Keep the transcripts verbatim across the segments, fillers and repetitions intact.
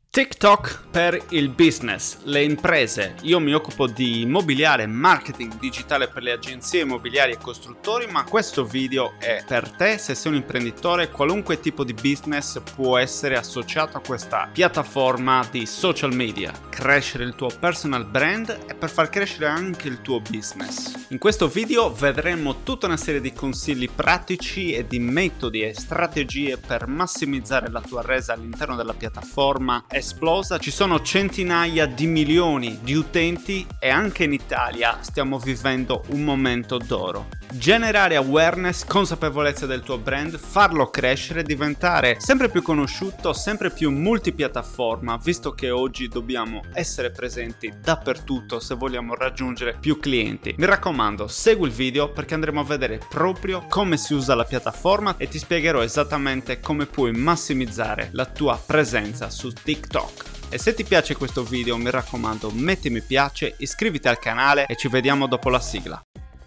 TikTok per il business, le imprese. Io mi occupo di immobiliare, marketing digitale per le agenzie immobiliari e costruttori, ma questo video è per te se sei un imprenditore. Qualunque tipo di business può essere associato a questa piattaforma di social media. Crescere il tuo personal brand e per far crescere anche il tuo business. In questo video vedremo tutta una serie di consigli pratici e di metodi e strategie per massimizzare la tua resa all'interno della piattaforma esplosa. Ci sono centinaia di milioni di utenti e anche in Italia stiamo vivendo un momento d'oro. Generare awareness, consapevolezza del tuo brand, farlo crescere, diventare sempre più conosciuto, sempre più multipiattaforma, visto che oggi dobbiamo essere presenti dappertutto se vogliamo raggiungere più clienti. Mi raccomando, segui il video perché andremo a vedere proprio come si usa la piattaforma e ti spiegherò esattamente come puoi massimizzare la tua presenza su TikTok. E se ti piace questo video, mi raccomando, metti mi piace, iscriviti al canale e ci vediamo dopo la sigla.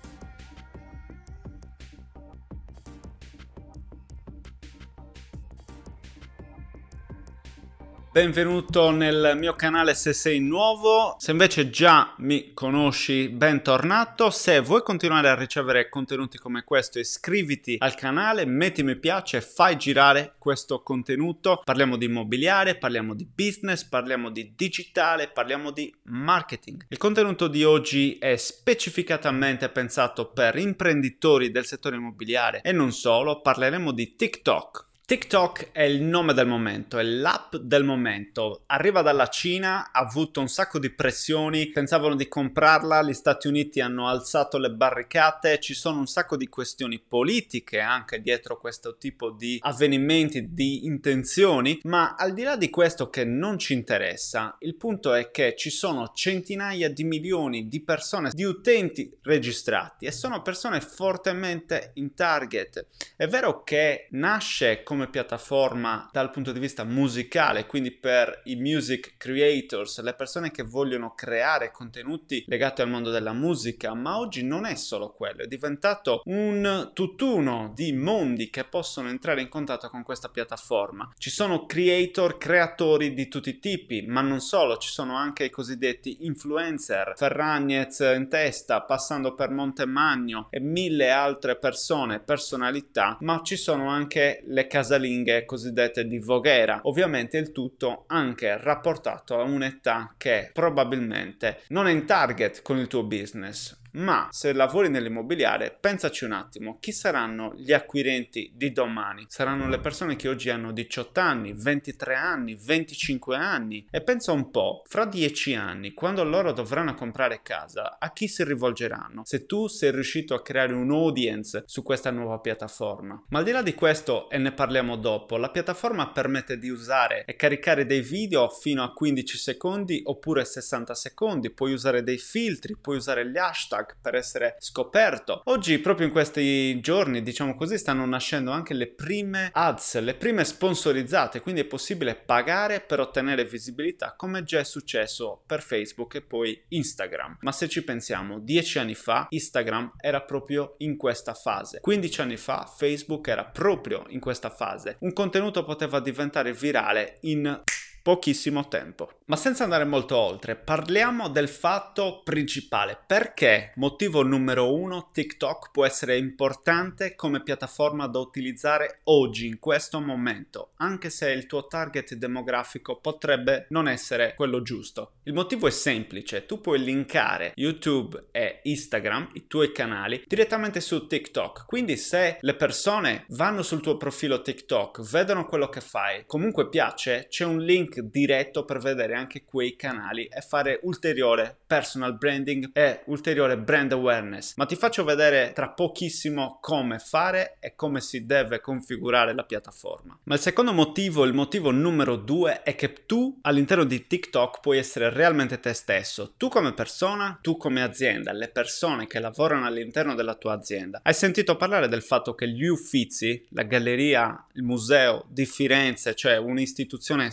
Benvenuto nel mio canale se sei nuovo, se invece già mi conosci bentornato. Se vuoi continuare a ricevere contenuti come questo iscriviti al canale, metti mi piace, fai girare questo contenuto. Parliamo di immobiliare, parliamo di business, parliamo di digitale, parliamo di marketing. Il contenuto di oggi è specificatamente pensato per imprenditori del settore immobiliare e non solo. Parleremo di TikTok. TikTok è il nome del momento, è l'app del momento. Arriva dalla Cina, ha avuto un sacco di pressioni, pensavano di comprarla, gli Stati Uniti hanno alzato le barricate, ci sono un sacco di questioni politiche anche dietro questo tipo di avvenimenti, di intenzioni, ma al di là di questo che non ci interessa, il punto è che ci sono centinaia di milioni di persone, di utenti registrati e sono persone fortemente in target. È vero che nasce come piattaforma dal punto di vista musicale, quindi per i music creators, le persone che vogliono creare contenuti legati al mondo della musica, ma oggi non è solo quello, è diventato un tutt'uno di mondi che possono entrare in contatto con questa piattaforma. Ci sono creator, creatori di tutti i tipi, ma non solo, ci sono anche i cosiddetti influencer, Ferragnez in testa, passando per Montemagno e mille altre persone, personalità, ma ci sono anche le casalinghe cosiddette di Voghera. Ovviamente il tutto anche rapportato a un'età che probabilmente non è in target con il tuo business. Ma se lavori nell'immobiliare, pensaci un attimo, chi saranno gli acquirenti di domani? Saranno le persone che oggi hanno diciotto anni, ventitré anni, venticinque anni e pensa un po', fra dieci anni, quando loro dovranno comprare casa, a chi si rivolgeranno? Se tu sei riuscito a creare un audience su questa nuova piattaforma. Ma al di là di questo, e ne parliamo dopo, la piattaforma permette di usare e caricare dei video fino a quindici secondi oppure sessanta secondi, puoi usare dei filtri, puoi usare gli hashtag per essere scoperto. Oggi, proprio in questi giorni, diciamo così, stanno nascendo anche le prime ads, le prime sponsorizzate, quindi è possibile pagare per ottenere visibilità, come già è successo per Facebook e poi Instagram. Ma se ci pensiamo, dieci anni fa Instagram era proprio in questa fase, quindici anni fa Facebook era proprio in questa fase. Un contenuto poteva diventare virale in pochissimo tempo. Ma senza andare molto oltre, parliamo del fatto principale. Perché? Motivo numero uno, TikTok può essere importante come piattaforma da utilizzare oggi, in questo momento, anche se il tuo target demografico potrebbe non essere quello giusto. Il motivo è semplice, tu puoi linkare YouTube e Instagram, i tuoi canali, direttamente su TikTok. Quindi se le persone vanno sul tuo profilo TikTok, vedono quello che fai, comunque piace, c'è un link diretto per vedere anche quei canali e fare ulteriore personal branding e ulteriore brand awareness. Ma ti faccio vedere tra pochissimo come fare e come si deve configurare la piattaforma. Ma il secondo motivo, il motivo numero due, è che tu all'interno di TikTok puoi essere realmente te stesso, tu come persona, tu come azienda, le persone che lavorano all'interno della tua azienda. Hai sentito parlare del fatto che gli Uffizi, la galleria, il museo di Firenze, cioè un'istituzione storica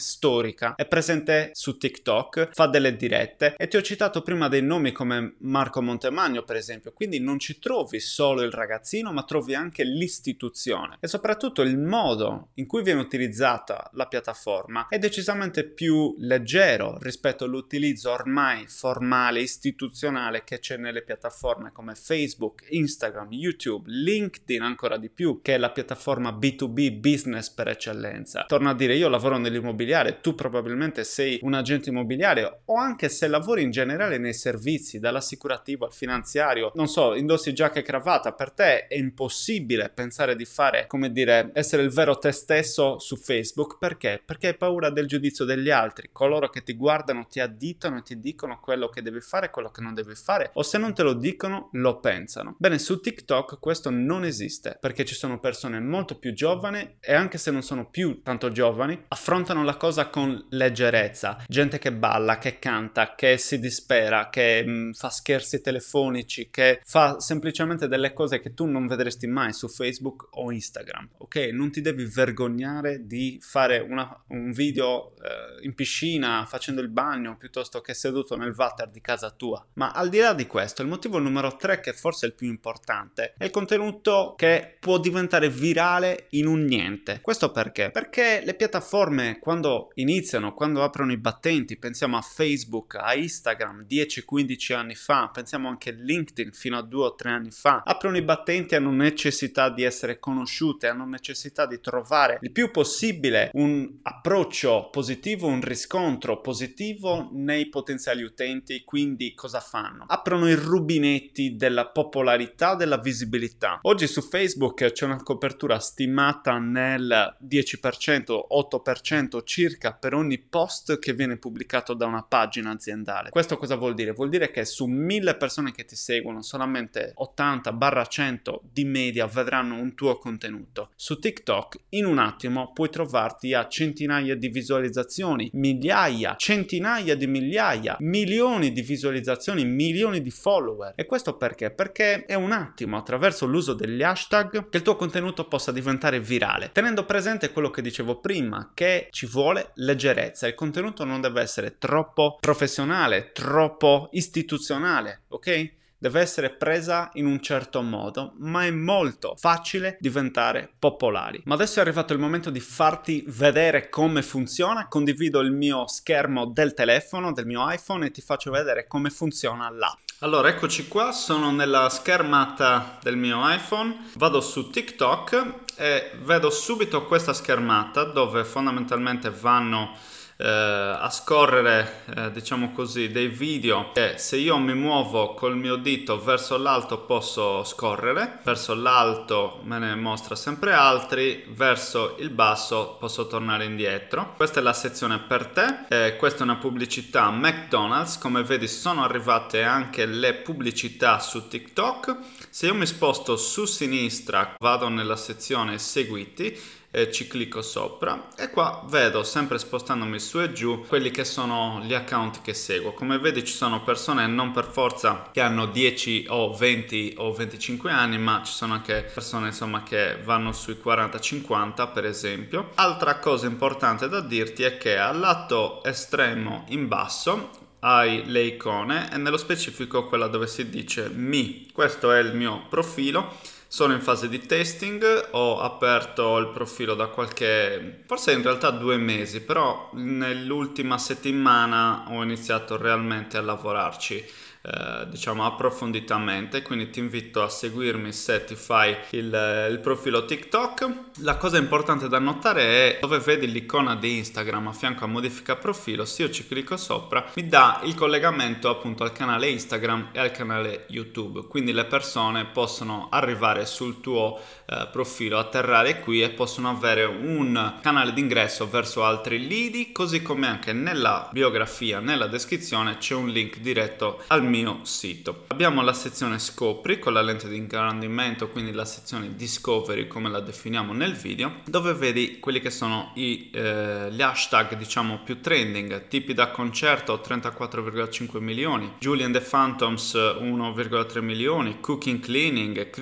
storica, è presente su TikTok, fa delle dirette e ti ho citato prima dei nomi come Marco Montemagno per esempio, quindi non ci trovi solo il ragazzino ma trovi anche l'istituzione e soprattutto il modo in cui viene utilizzata la piattaforma è decisamente più leggero rispetto all'utilizzo ormai formale, istituzionale che c'è nelle piattaforme come Facebook, Instagram, YouTube, LinkedIn ancora di più, che è la piattaforma B due B business per eccellenza. Torno a dire, io lavoro nell'immobiliare, tu probabilmente sei un agente immobiliare o anche se lavori in generale nei servizi, dall'assicurativo al finanziario, non so, indossi giacca e cravatta, per te è impossibile pensare di fare, come dire, essere il vero te stesso su Facebook. Perché? Perché hai paura del giudizio degli altri, coloro che ti guardano, ti additano e ti dicono quello che devi fare e quello che non devi fare, o se non te lo dicono lo pensano. Bene, su TikTok questo non esiste perché ci sono persone molto più giovani e anche se non sono più tanto giovani affrontano la cosa con leggerezza, gente che balla, che canta, che si dispera, che mh, fa scherzi telefonici, che fa semplicemente delle cose che tu non vedresti mai su Facebook o Instagram, ok? Non ti devi vergognare di fare una, un video eh, in piscina facendo il bagno piuttosto che seduto nel water di casa tua. Ma al di là di questo, il motivo numero tre, che forse è il più importante, è il contenuto che può diventare virale in un niente. Questo perché? Perché le piattaforme quando iniziano, quando aprono i battenti, pensiamo a Facebook, a Instagram dieci quindici anni fa, pensiamo anche a LinkedIn fino a due o tre anni fa, aprono i battenti e hanno necessità di essere conosciute, hanno necessità di trovare il più possibile un approccio positivo, un riscontro positivo nei potenziali utenti. Quindi cosa fanno? Aprono i rubinetti della popolarità, della visibilità. Oggi su Facebook c'è una copertura stimata nel dieci per cento, otto per cento circa per ogni post che viene pubblicato da una pagina aziendale. Questo cosa vuol dire? Vuol dire che su mille persone che ti seguono solamente ottanta cento di media vedranno un tuo contenuto. Su TikTok in un attimo puoi trovarti a centinaia di visualizzazioni, migliaia, centinaia di migliaia, milioni di visualizzazioni, milioni di follower. E questo perché? Perché è un attimo attraverso l'uso degli hashtag che il tuo contenuto possa diventare virale, tenendo presente quello che dicevo prima, che ci vuole leggerezza. Il contenuto non deve essere troppo professionale, troppo istituzionale, ok? Deve essere presa in un certo modo, ma è molto facile diventare popolari. Ma adesso è arrivato il momento di farti vedere come funziona. Condivido il mio schermo del telefono, del mio iPhone, e ti faccio vedere come funziona l'app. Allora, eccoci qua, sono nella schermata del mio iPhone, vado su TikTok e vedo subito questa schermata dove fondamentalmente vanno Eh, a scorrere eh, diciamo così dei video che se io mi muovo col mio dito verso l'alto posso scorrere, verso l'alto me ne mostra sempre altri, verso il basso posso tornare indietro. Questa è la sezione per te, eh, questa è una pubblicità McDonald's. Come vedi sono arrivate anche le pubblicità su TikTok. Se io mi sposto su sinistra vado nella sezione seguiti e ci clicco sopra e qua vedo, sempre spostandomi su e giù, quelli che sono gli account che seguo. Come vedi ci sono persone non per forza che hanno dieci o venti o venticinque anni, ma ci sono anche persone insomma che vanno sui quaranta cinquanta per esempio. Altra cosa importante da dirti è che al lato estremo in basso hai le icone e nello specifico quella dove si dice mi. Questo è il mio profilo. Sono in fase di testing, ho aperto il profilo da qualche, forse in realtà due mesi, però nell'ultima settimana ho iniziato realmente a lavorarci, eh, diciamo approfonditamente, quindi ti invito a seguirmi se ti fai il, il profilo TikTok. La cosa importante da notare è dove vedi l'icona di Instagram a fianco a modifica profilo. Se io ci clicco sopra mi dà il collegamento appunto al canale Instagram e al canale YouTube, quindi le persone possono arrivare sul tuo eh, profilo, atterrare qui e possono avere un canale d'ingresso verso altri lidi, così come anche nella biografia, nella descrizione c'è un link diretto al mio sito. Abbiamo la sezione scopri con la lente di ingrandimento, quindi la sezione discovery come la definiamo nel video, dove vedi quelli che sono i, eh, gli hashtag diciamo più trending, tipi da concerto trentaquattro virgola cinque milioni, Julie and the Phantoms uno virgola tre milioni, cooking cleaning, crispy chai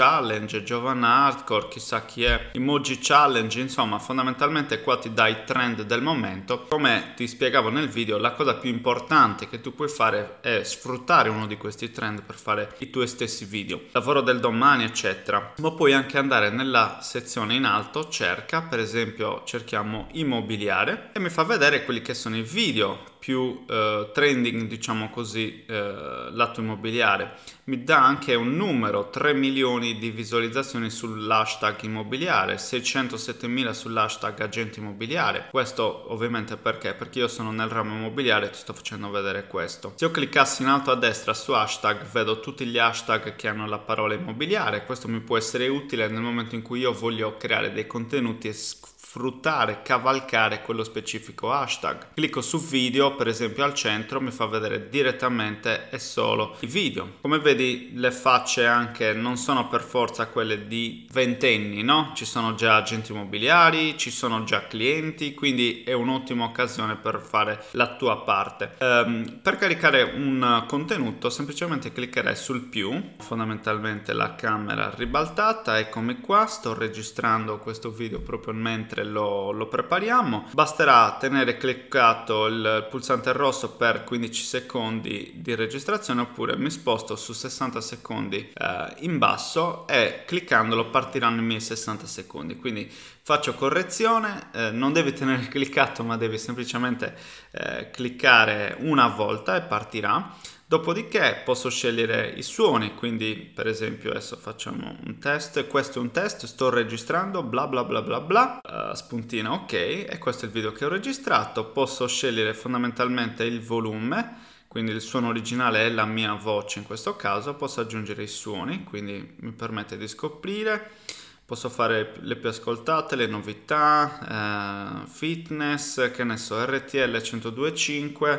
Challenge, Giovanna Hardcore, chissà chi è, Emoji Challenge, insomma fondamentalmente qua ti dai i trend del momento. Come ti spiegavo nel video, la cosa più importante che tu puoi fare è sfruttare uno di questi trend per fare i tuoi stessi video, lavoro del domani eccetera. Ma puoi anche andare nella sezione in alto, cerca, per esempio cerchiamo immobiliare e mi fa vedere quelli che sono i video più eh, trending, diciamo così, eh, lato immobiliare. Mi dà anche un numero, tre milioni di visualizzazioni sull'hashtag immobiliare, seicentosettemila sull'hashtag agente immobiliare. Questo ovviamente perché? Perché io sono nel ramo immobiliare e ti sto facendo vedere questo. Se io cliccassi in alto a destra su hashtag, vedo tutti gli hashtag che hanno la parola immobiliare. Questo mi può essere utile nel momento in cui io voglio creare dei contenuti e sfruttare, cavalcare quello specifico hashtag. Clicco su video, per esempio al centro, mi fa vedere direttamente e solo i video. Come vedi, le facce anche non sono per forza quelle di ventenni, no? Ci sono già agenti immobiliari, ci sono già clienti, quindi è un'ottima occasione per fare la tua parte. Um, per caricare un contenuto semplicemente cliccherei sul più, fondamentalmente la camera ribaltata, eccomi qua, sto registrando questo video proprio mentre Lo, lo prepariamo. Basterà tenere cliccato il pulsante rosso per quindici secondi di registrazione, oppure mi sposto su sessanta secondi eh, in basso e cliccandolo partiranno i miei sessanta secondi. Quindi faccio correzione, eh, non devi tenere cliccato ma devi semplicemente eh, cliccare una volta e partirà. Dopodiché posso scegliere i suoni, quindi per esempio adesso facciamo un test, questo è un test, sto registrando, bla bla bla bla bla, uh, spuntina ok, e questo è il video che ho registrato. Posso scegliere fondamentalmente il volume, quindi il suono originale è la mia voce in questo caso, posso aggiungere i suoni, quindi mi permette di scoprire. Posso fare le più ascoltate, le novità, eh, fitness, che ne so, R T L centodue virgola cinque,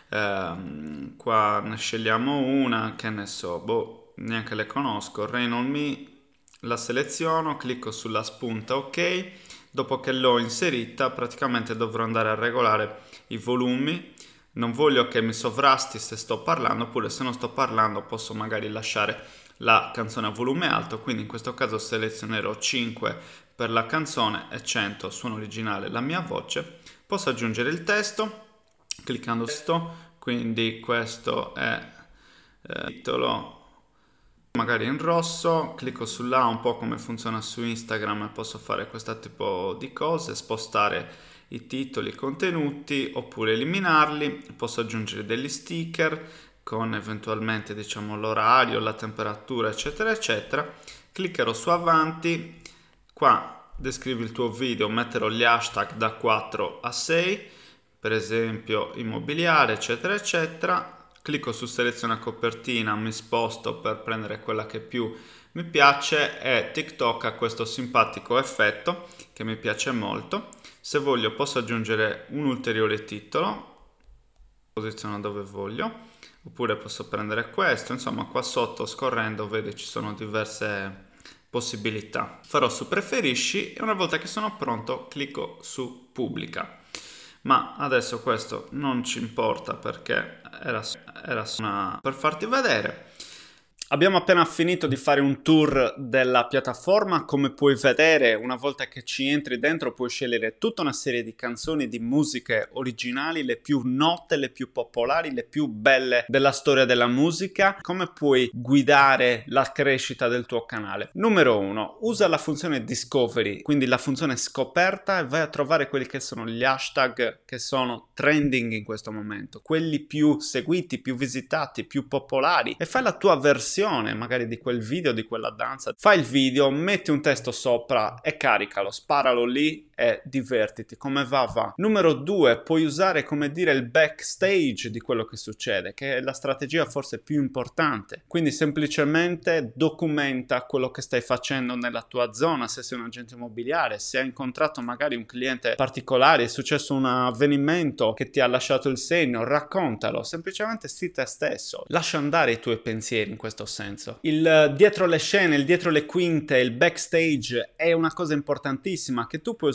eh, qua ne scegliamo una, che ne so, boh, neanche le conosco, Rain on Me, la seleziono, clicco sulla spunta ok, dopo che l'ho inserita praticamente dovrò andare a regolare i volumi. Non voglio che mi sovrasti se sto parlando, oppure se non sto parlando posso magari lasciare la canzone a volume alto, quindi in questo caso selezionerò cinque per la canzone e cento suono originale, la mia voce. Posso aggiungere il testo cliccando testo, quindi questo è eh, titolo magari in rosso, clicco sull'A, un po' come funziona su Instagram, e posso fare questo tipo di cose, spostare i titoli, i contenuti oppure eliminarli. Posso aggiungere degli sticker con eventualmente diciamo l'orario, la temperatura eccetera eccetera. Cliccherò su avanti, qua descrivi il tuo video, metterò gli hashtag da quattro a sei, per esempio immobiliare eccetera eccetera. Clicco su seleziona copertina, mi sposto per prendere quella che più mi piace e TikTok ha questo simpatico effetto che mi piace molto. Se voglio posso aggiungere un ulteriore titolo, posiziono dove voglio, oppure posso prendere questo, insomma qua sotto scorrendo vedi ci sono diverse possibilità. Farò su preferisci e una volta che sono pronto clicco su pubblica. Ma adesso questo non ci importa perché era, era una per farti vedere. Abbiamo appena finito di fare un tour della piattaforma. Come puoi vedere, una volta che ci entri dentro puoi scegliere tutta una serie di canzoni, di musiche originali, le più note, le più popolari, le più belle della storia della musica. Come puoi guidare la crescita del tuo canale? Numero uno, usa la funzione Discovery, quindi la funzione scoperta, e vai a trovare quelli che sono gli hashtag che sono trending in questo momento, quelli più seguiti, più visitati, più popolari, e fai la tua versione magari di quel video, di quella danza. Fai il video, metti un testo sopra e caricalo, sparalo lì e divertiti, come va va. Numero due, puoi usare come dire il backstage di quello che succede, che è la strategia forse più importante. Quindi semplicemente documenta quello che stai facendo nella tua zona, se sei un agente immobiliare, se hai incontrato magari un cliente particolare, è successo un avvenimento che ti ha lasciato il segno, raccontalo, semplicemente sii te stesso, lascia andare i tuoi pensieri in questo senso. Il dietro le scene, il dietro le quinte, il backstage è una cosa importantissima che tu puoi usare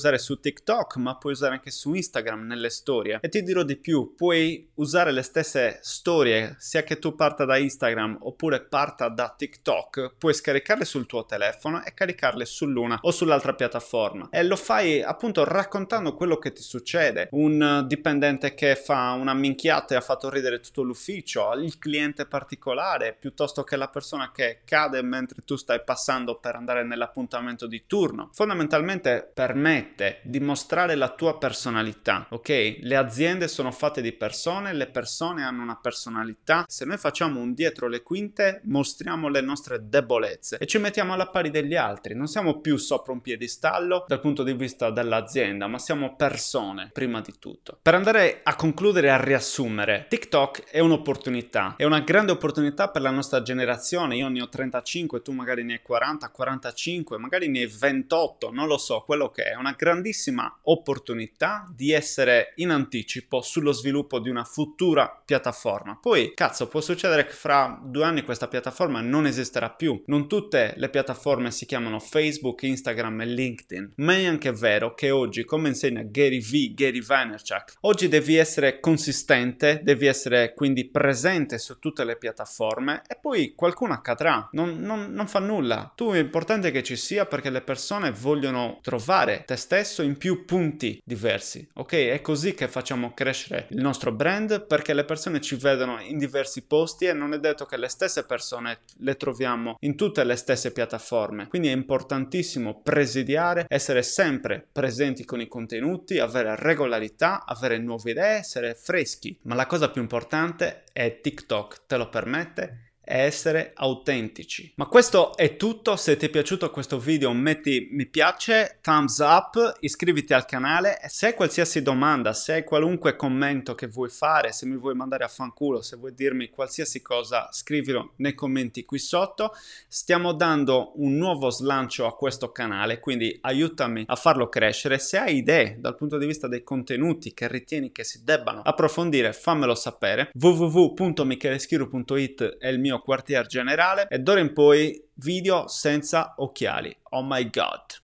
usare su TikTok, ma puoi usare anche su Instagram nelle storie. E ti dirò di più, puoi usare le stesse storie, sia che tu parta da Instagram oppure parta da TikTok, puoi scaricarle sul tuo telefono e caricarle sull'una o sull'altra piattaforma. E lo fai appunto raccontando quello che ti succede. Un dipendente che fa una minchiata e ha fatto ridere tutto l'ufficio, il cliente particolare, piuttosto che la persona che cade mentre tu stai passando per andare nell'appuntamento di turno. Fondamentalmente permette di mostrare la tua personalità, ok? Le aziende sono fatte di persone, le persone hanno una personalità. Se noi facciamo un dietro le quinte, mostriamo le nostre debolezze e ci mettiamo alla pari degli altri. Non siamo più sopra un piedistallo dal punto di vista dell'azienda, ma siamo persone prima di tutto. Per andare a concludere e a riassumere, TikTok è un'opportunità, è una grande opportunità per la nostra generazione. Io ne ho trentacinque, tu magari ne hai quaranta, quarantacinque, magari ne hai ventotto, non lo so, quello che è. È una grandissima opportunità di essere in anticipo sullo sviluppo di una futura piattaforma. Poi, cazzo, può succedere che fra due anni questa piattaforma non esisterà più. Non tutte le piattaforme si chiamano Facebook, Instagram e LinkedIn, ma è anche vero che oggi, come insegna Gary V, Gary Vaynerchuk, oggi devi essere consistente, devi essere quindi presente su tutte le piattaforme e poi qualcuno accadrà. Non, non, non fa nulla. Tu è importante che ci sia perché le persone vogliono trovare te stesso in più punti diversi, ok? È così che facciamo crescere il nostro brand, perché le persone ci vedono in diversi posti e non è detto che le stesse persone le troviamo in tutte le stesse piattaforme. Quindi è importantissimo presidiare, essere sempre presenti con i contenuti, avere regolarità, avere nuove idee, essere freschi. Ma la cosa più importante è TikTok, te lo permette, e essere autentici. Ma questo è tutto. Se ti è piaciuto questo video metti mi piace, thumbs up, iscriviti al canale e se hai qualsiasi domanda, se hai qualunque commento che vuoi fare, se mi vuoi mandare a fanculo, se vuoi dirmi qualsiasi cosa, scrivilo nei commenti qui sotto. Stiamo dando un nuovo slancio a questo canale, quindi aiutami a farlo crescere. Se hai idee dal punto di vista dei contenuti che ritieni che si debbano approfondire, fammelo sapere. w w w punto micheleschiru punto it è il mio quartier generale e d'ora in poi video senza occhiali. Oh my god.